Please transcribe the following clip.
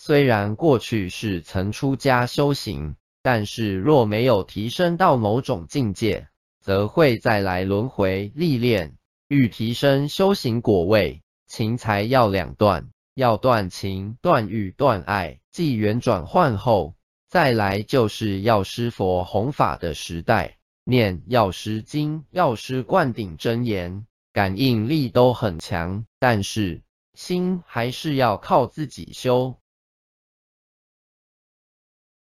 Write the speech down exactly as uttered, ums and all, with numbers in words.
虽然过去是曾出家修行，但是若没有提升到某种境界，则会再来轮回历练。欲提升修行果位，情财要两断，要断情、断欲、断爱。纪元转换后，再来就是药师佛弘法的时代，念药师经、药师灌顶真言，感应力都很强，但是心还是要靠自己修。